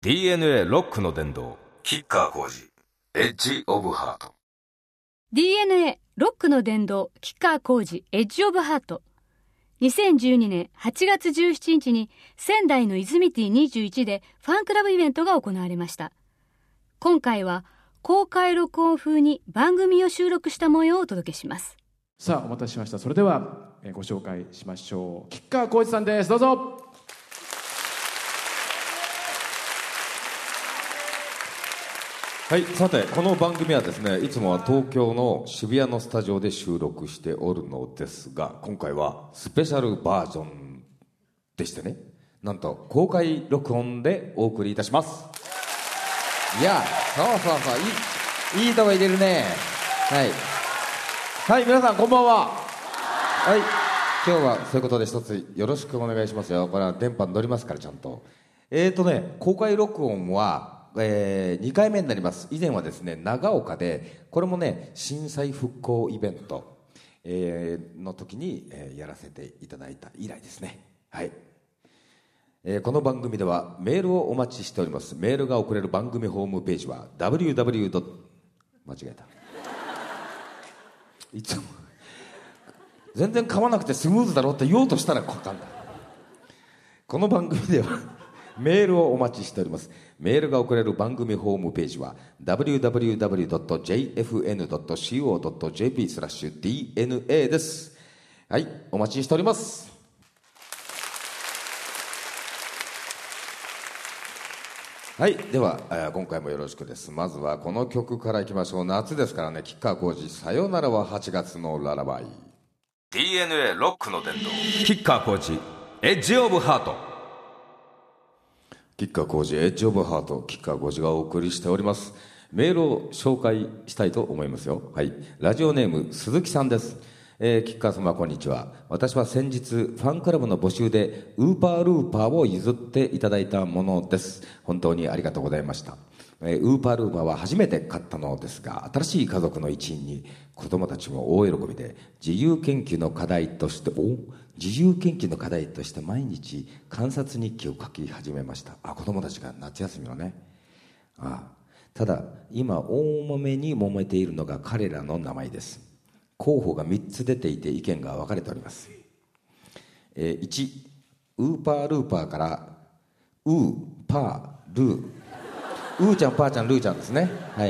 DNA ロックの殿堂吉川晃司エッジオブハート。 DNA ロックの殿堂吉川晃司エッジオブハート。2012年8月17日に仙台のイズミティ21でファンクラブイベントが行われました。今回は公開録音風に番組を収録した模様をお届けします。 さあお待たせしました。それではご紹介しましょう。吉川晃司さんです。どうぞ。 はい、さてこの番組はですね、いつもは東京の渋谷のスタジオで収録しておるのですが、今回はスペシャルバージョンでしてね、なんと公開録音でお送りいたします。 いや、そういいとこ入れるね。 はい、皆さんこんばんは。はい、今日はそういうことで一つよろしくお願いしますよ。これは電波に乗りますからちゃんと。公開録音は2回目になります。以前はですね、長岡で、これもね震災復興イベント、の時に、やらせていただいた以来ですね。はい、この番組ではメールをお待ちしております。メールが送れる番組ホームページは www. 間違えたいつも全然噛まなくてスムーズだろうって言おうとしたらこかんだ。この番組ではメールをお待ちしております。メールが送れる番組ホームページは www.jfn.co.jp/dna です。はい、お待ちしております。はい、では今回もよろしくです。まずはこの曲からいきましょう。夏ですからね、吉川晃司さよならは8月のララバイ。 DNA ロックの殿堂吉川晃司エッジオブハート。 吉川晃司エッジオブハート、吉川晃司がお送りしております。メールを紹介したいと思いますよ。はい、ラジオネーム鈴木さんです。吉川様こんにちは。私は先日ファンクラブの募集でウーパールーパーを譲っていただいたものです。本当にありがとうございました。ウーパールーパーは初めて買ったのですが、新しい家族の一員に子供たちも大喜びで、自由研究の課題として毎日観察日記を書き始めました。子供たちが夏休みのね。ただ今大揉めに揉めているのが彼らの名前です。候補が3つ出ていて意見が分かれております。1、ウーパールーパーからウーパールー、ウーちゃんパーちゃんルーちゃんですね。はい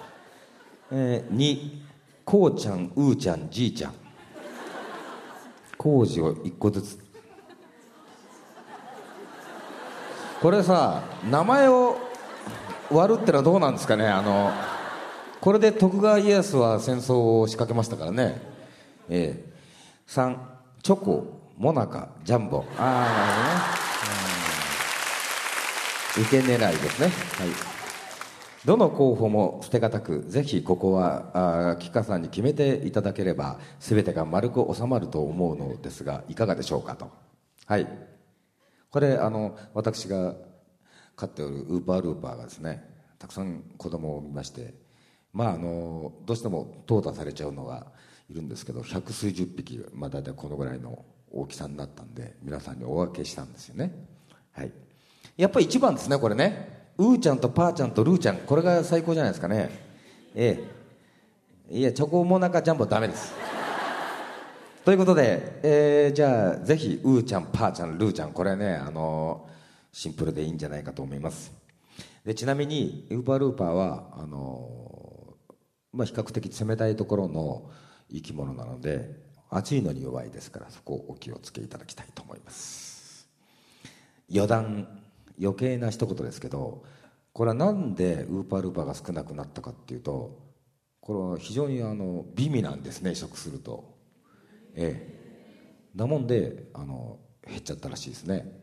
。2、こうちゃんウーちゃんじいちゃん、工事を1個ずつ。これさ、名前を割るってのはどうなんですかね。これで徳川家康は戦争を仕掛けましたからね。3、チョコモナカジャンボ。なるほどね。受け狙いですね。はい。どの候補も捨てがたく、ぜひここは吉川さんに決めていただければ全てが丸く収まると思うのですが、いかがでしょうかと。はい、これ私が飼っておるウーパールーパーがですね、たくさん子供を見まして、どうしても淘汰されちゃうのがいるんですけど、百数十匹、大体このぐらいの大きさになったんで、皆さんにお分けしたんですよね。はい、やっぱり一番ですねこれね。ウーちゃんとパーちゃんとルーちゃん、これが最高じゃないですかね。いやチョコモナカジャンボダメですということで、じゃあぜひウーちゃんパーちゃんルーちゃん、これねシンプルでいいんじゃないかと思います。でちなみにウーパールーパーは比較的冷たいところの生き物なので、暑いのに弱いですから、そこをお気をつけいただきたいと思います。余計な一言ですけど、これはなんでウーパールーパーが少なくなったかっていうと、これは非常に美味なんですね、食すると。だもんで減っちゃったらしいですね。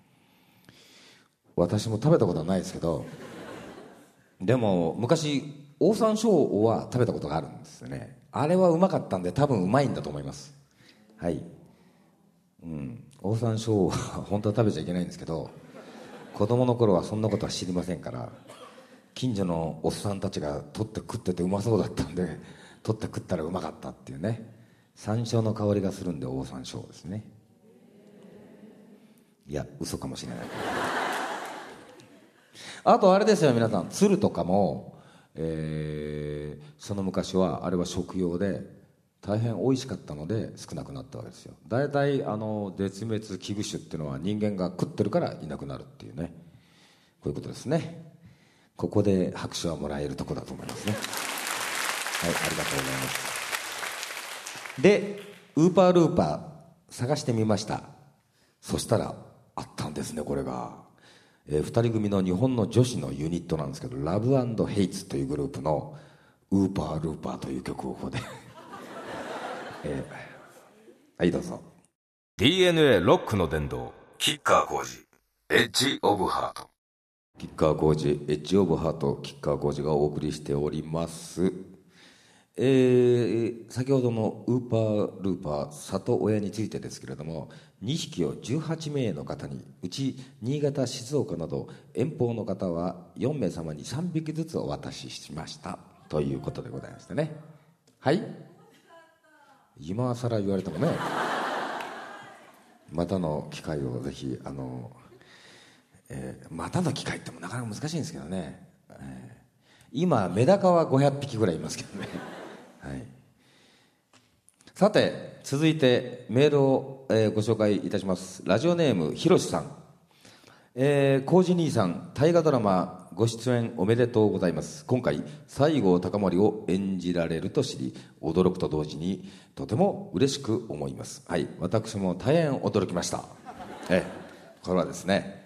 私も食べたことはないですけど、でも昔オオサンショウウオは食べたことがあるんですよね。あれはうまかったんで、多分うまいんだと思います。はい、オオサンショウウオは本当は食べちゃいけないんですけど、子供の頃はそんなことは知りませんから、近所のおっさんたちが取って食っててうまそうだったんで、取って食ったらうまかったっていうね。山椒の香りがするんでオオサンショウウオですね。いや嘘かもしれないあとあれですよ皆さん、鶴とかも、その昔はあれは食用で大変美味しかったので少なくなったわけですよ。大体絶滅危惧種っていうのは人間が食ってるからいなくなるっていうね、こういうことですね。ここで拍手はもらえるとこだと思いますね。はい、ありがとうございます。でウーパールーパー探してみました。そしたらあったんですね、これが。2人組の日本の女子のユニットなんですけど、ラブ&ヘイツというグループのウーパールーパーという曲をここではいどうぞ。 DNA ロックの殿堂吉川晃司エッジオブハート。 吉川晃司エッジオブハート、吉川晃司がお送りしております。先ほどのウーパールーパー里親についてですけれども、2匹を18名の方に、うち新潟静岡など遠方の方は4名様に3匹ずつお渡ししましたということでございましてね。はい、今更言われてもねまたの機会をぜひまたの機会ってもなかなか難しいんですけどね、今メダカは500匹ぐらいいますけどねはい、さて続いてメールを、ご紹介いたします。ラジオネームひろしさん、浩二兄さん、大河ドラマご出演おめでとうございます。今回西郷隆盛を演じられると知り、驚くと同時にとても嬉しく思います。はい、私も大変驚きました。これはですね、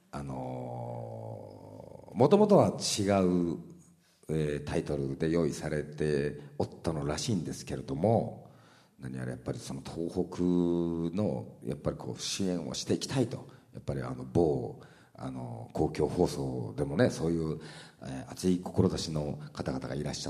もともとは違うタイトルで用意されておったのらしいんですけれども、何やらやっぱりその東北のやっぱりこう支援をしていきたいと、やっぱり某公共放送でもね、そういう、熱い志の方々がいらっしゃって、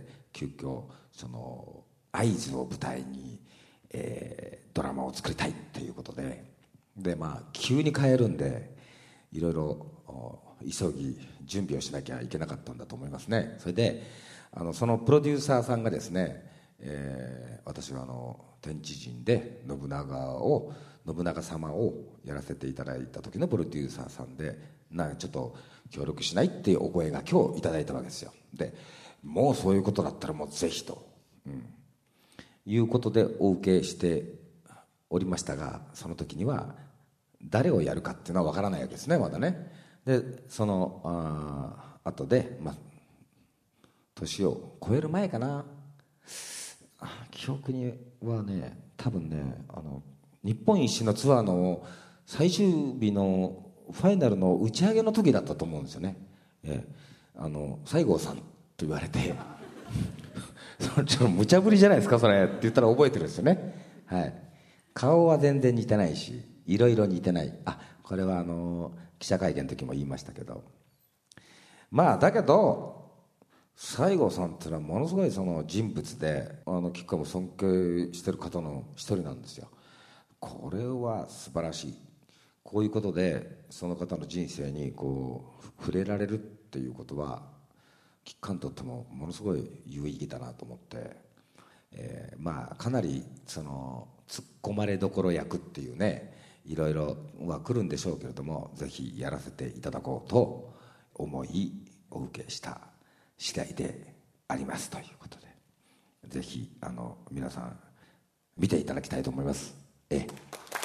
急遽その会津を舞台に、ドラマを作りたいっていうことで、急に変えるんでいろいろ急ぎ準備をしなきゃいけなかったんだと思いますね。それでそのプロデューサーさんがですね、私は天地人で信長様をやらせていただいた時のプロデューサーさんで、ちょっと協力しないっていうお声が今日いただいたわけですよ。でもうそういうことだったらもうぜひと、いうことでお受けしておりましたが、その時には誰をやるかっていうのは分からないわけですね、まだね。でその後で、年を超える前かな、記憶にはね、多分ね日本一周のツアーの最終日のファイナルの打ち上げの時だったと思うんですよね。西郷さんと言われてそれちょっと無茶ぶりじゃないですかそれって言ったら覚えてるんですよね。はい、顔は全然似てないし、いろいろ似てない。これは記者会見の時も言いましたけど、だけど西郷さんっていうのはものすごいその人物で、吉川も尊敬してる方の一人なんですよ。これは素晴らしい。こういうことでその方の人生にこう触れられるっていうことは吉川にとってもものすごい有意義だなと思って、かなりその突っ込まれどころ役っていうね、いろいろは来るんでしょうけれども、ぜひやらせていただこうと思いお受けした次第でありますということで、ぜひ皆さん見ていただきたいと思います。はい、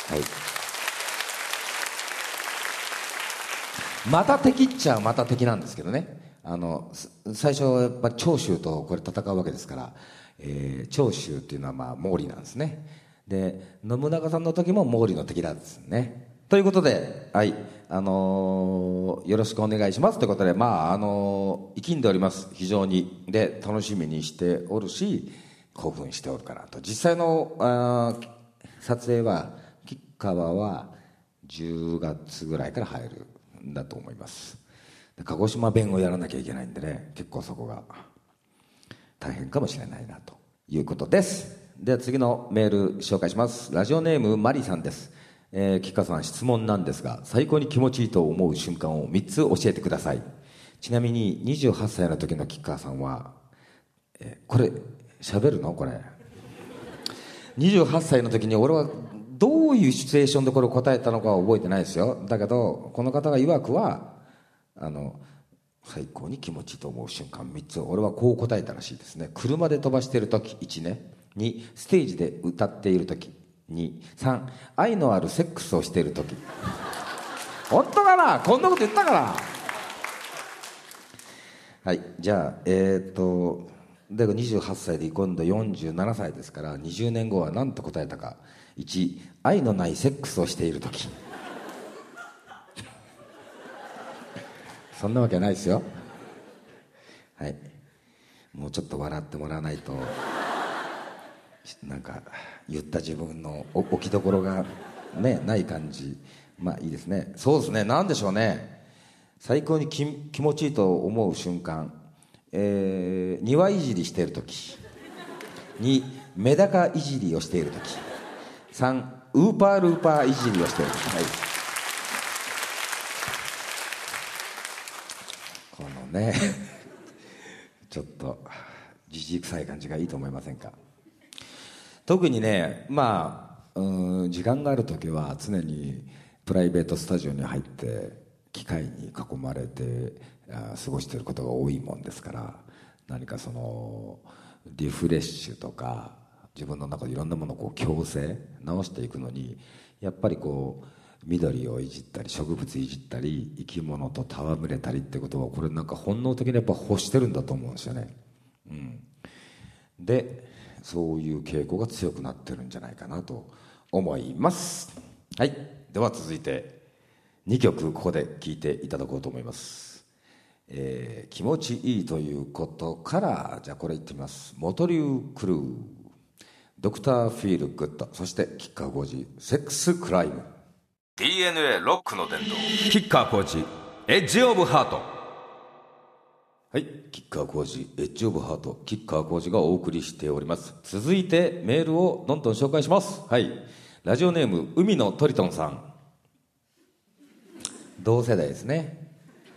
また敵っちゃまた敵なんですけどね、最初はやっぱり長州とこれ戦うわけですから、長州っていうのは毛利なんですね。で信長さんの時も毛利の敵なんですね。ということで、はい、よろしくお願いしますということで、生きんでおります、非常に。で楽しみにしておるし興奮しておるかなと。実際の撮影は吉川は10月ぐらいから入るんだと思います。で鹿児島弁をやらなきゃいけないんでね、結構そこが大変かもしれないなということです。では次のメール紹介します。ラジオネームマリさんです。吉川さん、質問なんですが、最高に気持ちいいと思う瞬間を3つ教えてください。ちなみに28歳の時の吉川さんは、これ喋るのこれ28歳の時に俺はどういうシチュエーションでこれを答えたのかは覚えてないですよ。だけどこの方が曰くは最高に気持ちいいと思う瞬間3つ、俺はこう答えたらしいですね。車で飛ばしている時、1ね。2、ステージで歌っている時。2、3、愛のあるセックスをしている時。本当かな、こんなこと言ったかな。はい、じゃあで28歳で今度47歳ですから、20年後は何と答えたか。1、愛のないセックスをしている時。そんなわけないですよ。はい、もうちょっと笑ってもらわないと、なんか言った自分の置きどころがねない感じ。まあいいですね。そうですね、なんでしょうね。最高に気持ちいいと思う瞬間、庭いじりしている時。2、メダカいじりをしている時。3、ウーパールーパーいじりをしている時。はい、このねちょっとじじい臭い感じがいいと思いませんか。特にね、まあ時間がある時は常にプライベートスタジオに入って機械に囲まれて過ごしていることが多いもんですから、何かそのリフレッシュとか自分の中でいろんなものをこう矯正直していくのに、やっぱりこう緑をいじったり植物いじったり生き物と戯れたりってことは、これなんか本能的にやっぱ欲してるんだと思うんですよね。でそういう傾向が強くなってるんじゃないかなと思います。はい、では続いて2曲ここで聴いていただこうと思います。気持ちいいということから、じゃあこれいってみます。モトリュークルー、ドクターフィールグッド、そして吉川晃司、セックスクライム。 DNA ロックの伝道、吉川晃司、エッジオブハート。 はい、吉川晃司、エッジオブハート、吉川晃司がお送りしております。続いてメールをどんどん紹介します。はい、ラジオネーム海のトリトンさん、同世代ですね。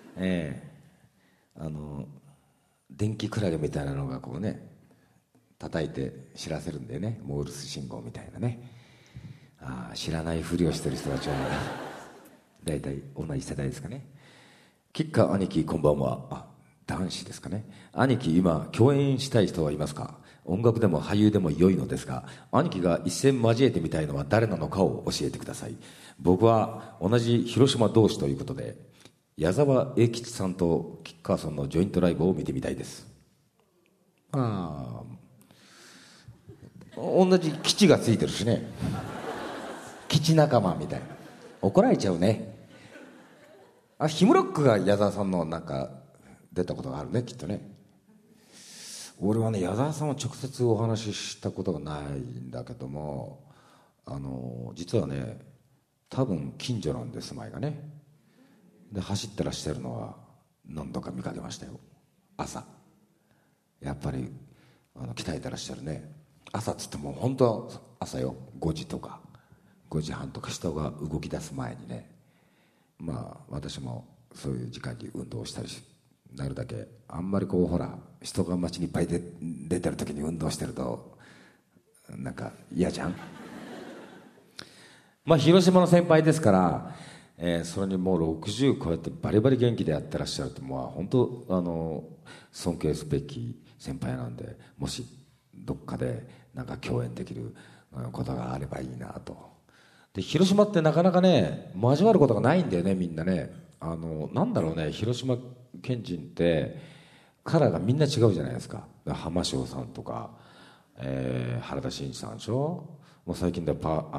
電気クラゲみたいなのがこうね叩いて知らせるんだよね、モールス信号みたいなね。知らないふりをしてる人たちは大体同じ世代ですかね。吉川兄貴こんばんは。男子ですかね。兄貴、今共演したい人はいますか。音楽でも俳優でも良いのですが、兄貴が一戦交えてみたいのは誰なのかを教えてください。僕は同じ広島同士ということで、矢沢永吉さんと吉川さんのジョイントライブを見てみたいです。同じ基地がついてるしね、基地仲間みたいな。怒られちゃうね。ヒムロックが矢沢さんのなんか出たことがあるね、きっとね。俺はね、矢沢さんは直接お話ししたことがないんだけども、実はね、多分近所なんで住まいがね。で走ってらっしゃるのは何度か見かけましたよ、朝。やっぱり鍛えてらっしゃるね。朝っつっても本当は朝よ、5時とか5時半とか人が動き出す前にね。まあ私もそういう時間に運動したりなるだけ。あんまりこうほら人が街にいっぱい出てる時に運動してるとなんか嫌じゃん。まあ広島の先輩ですから、それにもう60超えてバリバリ元気でやってらっしゃるって、まあ本当尊敬すべき先輩なんで、もしどっかでなんか共演できることがあればいいなと。で広島ってなかなかね交わることがないんだよね、みんなね。なんだろうね、広島県人ってカラーがみんな違うじゃないですか。浜翔さんとか、原田真二さんでしょ。もう最近では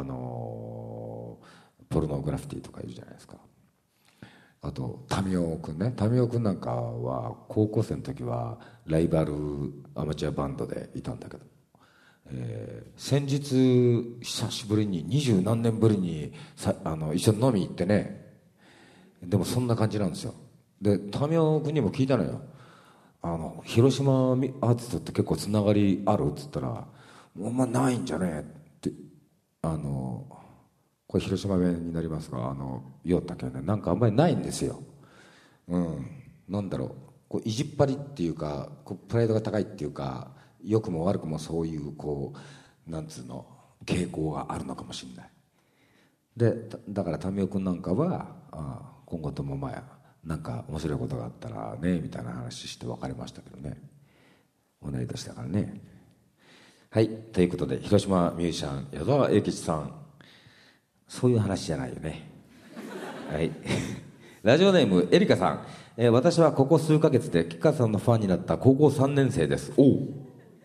ポルノグラフィティとかいるじゃないですか。あと民生君ね、民生君なんかは高校生の時はライバルアマチュアバンドでいたんだけど、先日久しぶりに20何年ぶりに一緒に飲み行ってね。でもそんな感じなんですよ。で民生君にも聞いたのよ。広島アーティストって結構つながりあるっつったら、お前ないんじゃねえって。これ広島弁になりますが、言おったけどね、なんかあんまりないんですよ。なんだろう、こう意地っ張りっていうか、こうプライドが高いっていうか、良くも悪くもそういうこうなんつうの傾向があるのかもしれない。でだから民生君なんかは今後ともなんか面白いことがあったらねみたいな話して別れましたけどね。同い年だからね。はい、ということで広島ミュージシャン矢沢永吉さん、そういう話じゃないよね。はいラジオネームエリカさん、私はここ数ヶ月で吉川さんのファンになった高校3年生です。おう、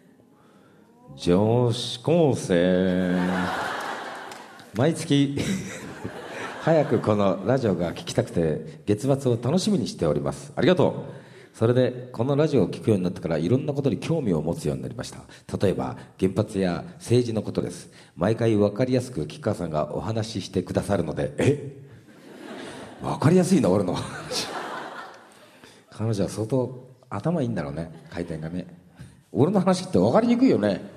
女子高生毎月早くこのラジオが聞きたくて月末を楽しみにしております。ありがとう。それでこのラジオを聞くようになってからいろんなことに興味を持つようになりました。例えば原発や政治のことです。毎回分かりやすく吉川さんがお話ししてくださるので、分かりやすいな俺の話彼女は相当頭いいんだろうね、回転がね。俺の話って分かりにくいよね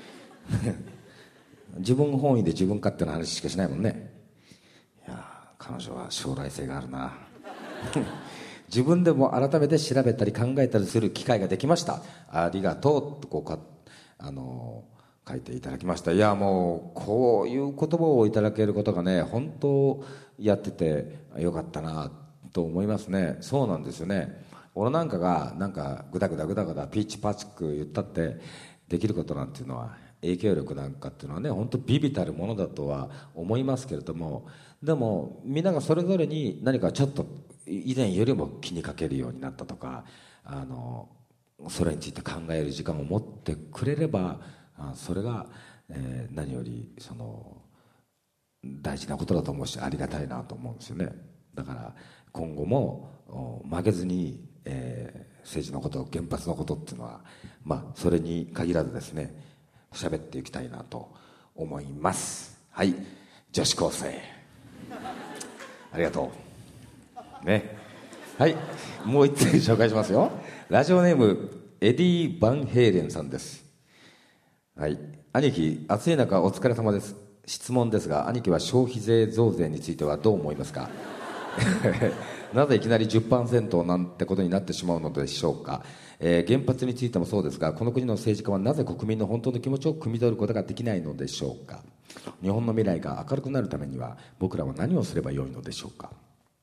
自分本位で自分勝手な話しかしないもんね。いや彼女は将来性があるな自分でも改めて調べたり考えたりする機会ができました。ありがとうとこう書いていただきました。いやもうこういう言葉をいただけることがね、本当やっててよかったなと思いますね。そうなんですよね。俺なんかがなんかグダグダグダグダピッチパチク言ったってできることなんていうのは、影響力なんかっていうのはね、本当ビビたるものだとは思いますけれども、でもみんながそれぞれに何かちょっと以前よりも気にかけるようになったとか、それについて考える時間を持ってくれれば、それが、何よりその大事なことだと思うし、ありがたいなと思うんですよね。だから今後も負けずに、政治のこと、原発のことっていうのは、それに限らずですね、喋っていきたいなと思います。はい、女子高生ありがとうね。はい、もう一つ紹介しますよ。ラジオネームエディ・バンヘイレンさんです。はい、兄貴、暑い中お疲れ様です。質問ですが、兄貴は消費税増税についてはどう思いますかなぜいきなり 10% なんてことになってしまうのでしょうか。原発についてもそうですが、この国の政治家はなぜ国民の本当の気持ちを汲み取ることができないのでしょうか。日本の未来が明るくなるためには僕らは何をすればよいのでしょうか。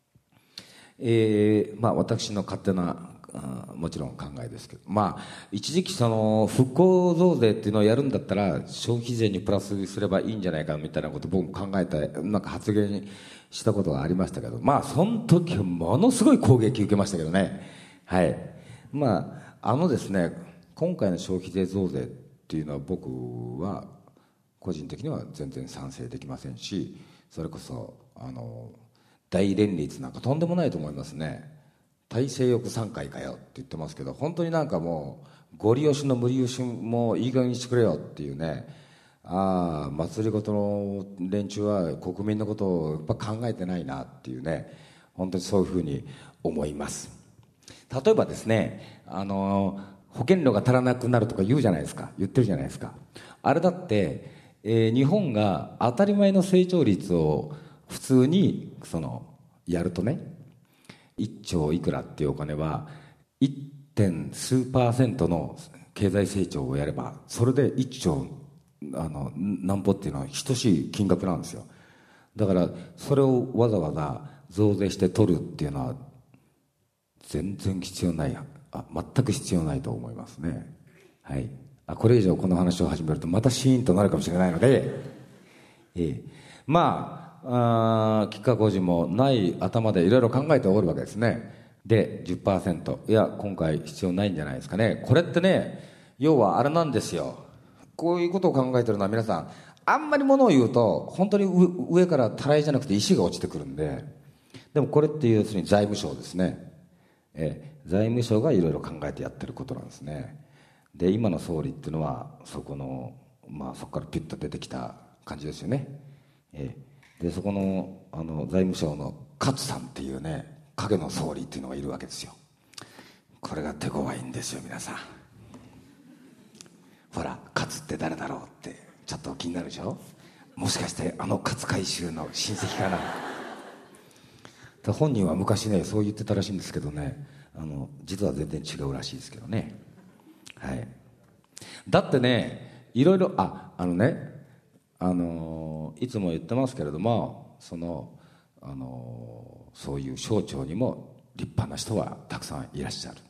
私の勝手なもちろん考えですけど、一時期その復興増税っていうのをやるんだったら消費税にプラスすればいいんじゃないかみたいなことを僕も考えてなんか発言したことがありましたけど、その時はものすごい攻撃受けましたけどね。はい、ですね、今回の消費税増税っていうのは僕は個人的には全然賛成できませんし、それこそ大連立なんかとんでもないと思いますね。大西洋3回かよって言ってますけど、本当になんかもうゴリ押しの無理押しもいい加減にしてくれよっていうね。祭りごとの連中は国民のことをやっぱ考えてないなっていうね、本当にそういうふうに思います。例えばですね、保険料が足らなくなるとか言うじゃないですか、言ってるじゃないですか。あれだって、日本が当たり前の成長率を普通にやるとね、1兆いくらっていうお金は 1. 点数%の経済成長をやればそれで1兆なんぼっていうのは等しい金額なんですよ。だからそれをわざわざ増税して取るっていうのは全然必要ない、全く必要ないと思いますね。はい、これ以上この話を始めるとまたシーンとなるかもしれないので、吉川晃司もない頭でいろいろ考えておるわけですね。で 10%、 いや今回必要ないんじゃないですかね。これってね、要はあれなんですよ。こういうことを考えてるのは皆さんあんまりものを言うと本当に上からたらいじゃなくて石が落ちてくるんで、でもこれって要するに財務省ですね。財務省がいろいろ考えてやってることなんですね。で今の総理っていうのはそこからピュッと出てきた感じですよね。でそこの財務省の勝さんっていうね、影の総理っていうのがいるわけですよ。これが手強いんですよ皆さん。ほら勝って誰だろうってちょっと気になるでしょ。もしかして勝海舟の親戚かな。本人は昔ねそう言ってたらしいんですけどね、実は全然違うらしいですけどね。はい、だってね、いろいろいつも言ってますけれども、そういう省庁にも立派な人はたくさんいらっしゃる、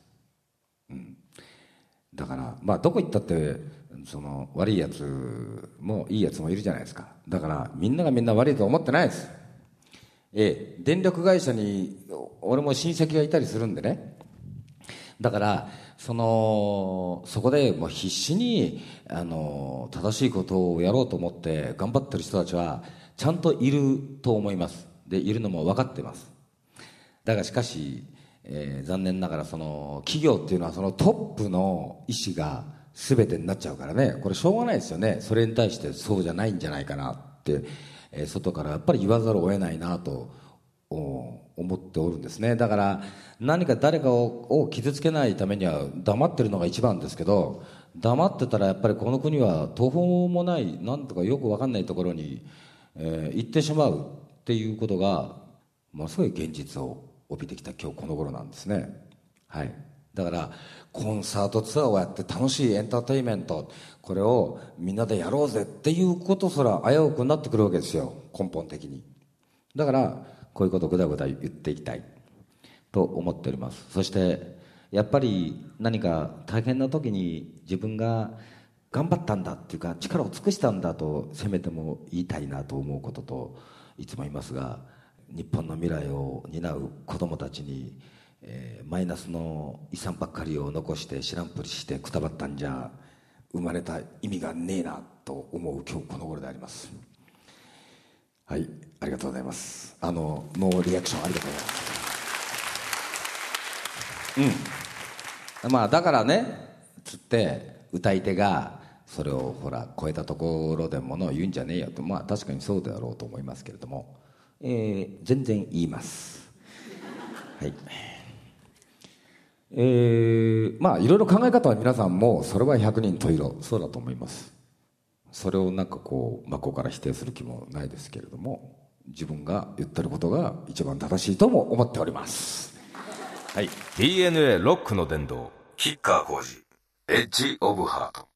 だからまあどこ行ったってその悪いやつもいいやつもいるじゃないですか。だからみんながみんな悪いとは思ってないです。電力会社に俺も親戚がいたりするんでね。だからそこでもう必死に正しいことをやろうと思って頑張ってる人たちはちゃんといると思います。でいるのも分かってます。だがしかし、残念ながらその企業っていうのはそのトップの意思が全てになっちゃうからね、これしょうがないですよね。それに対してそうじゃないんじゃないかなって、外からやっぱり言わざるを得ないなと思っておるんですね。だから何か誰かを傷つけないためには黙ってるのが一番ですけど、黙ってたらやっぱりこの国は途方もないなんとかよく分かんないところに、行ってしまうっていうことがものすごい現実を帯びてきた今日この頃なんですね。はい。だからコンサートツアーをやって楽しいエンターテインメント、これをみんなでやろうぜっていうことすら危うくなってくるわけですよ、根本的に。だからこういうことをぐだぐだ言っていきたいと思っております。そしてやっぱり何か大変な時に自分が頑張ったんだっていうか力を尽くしたんだとせめても言いたいなと思うことといつも言いますが、日本の未来を担う子どもたちに、マイナスの遺産ばっかりを残して知らんぷりしてくたばったんじゃ生まれた意味がねえなと思う今日この頃であります。はい、ありがとうございます。ノーリアクションありがとうございます。まあだからねつって歌い手がそれをほら超えたところでものを言うんじゃねえよと、まあ確かにそうであろうと思いますけれども、全然言います。はい。まあいろいろ考え方は皆さんもそれは100人十色そうだと思います。それをなんかこう真っ向から否定する気もないですけれども、自分が言ってることが一番正しいとも思っております。 はい。DNA ロックの殿堂、吉川晃司、エッジオブハート。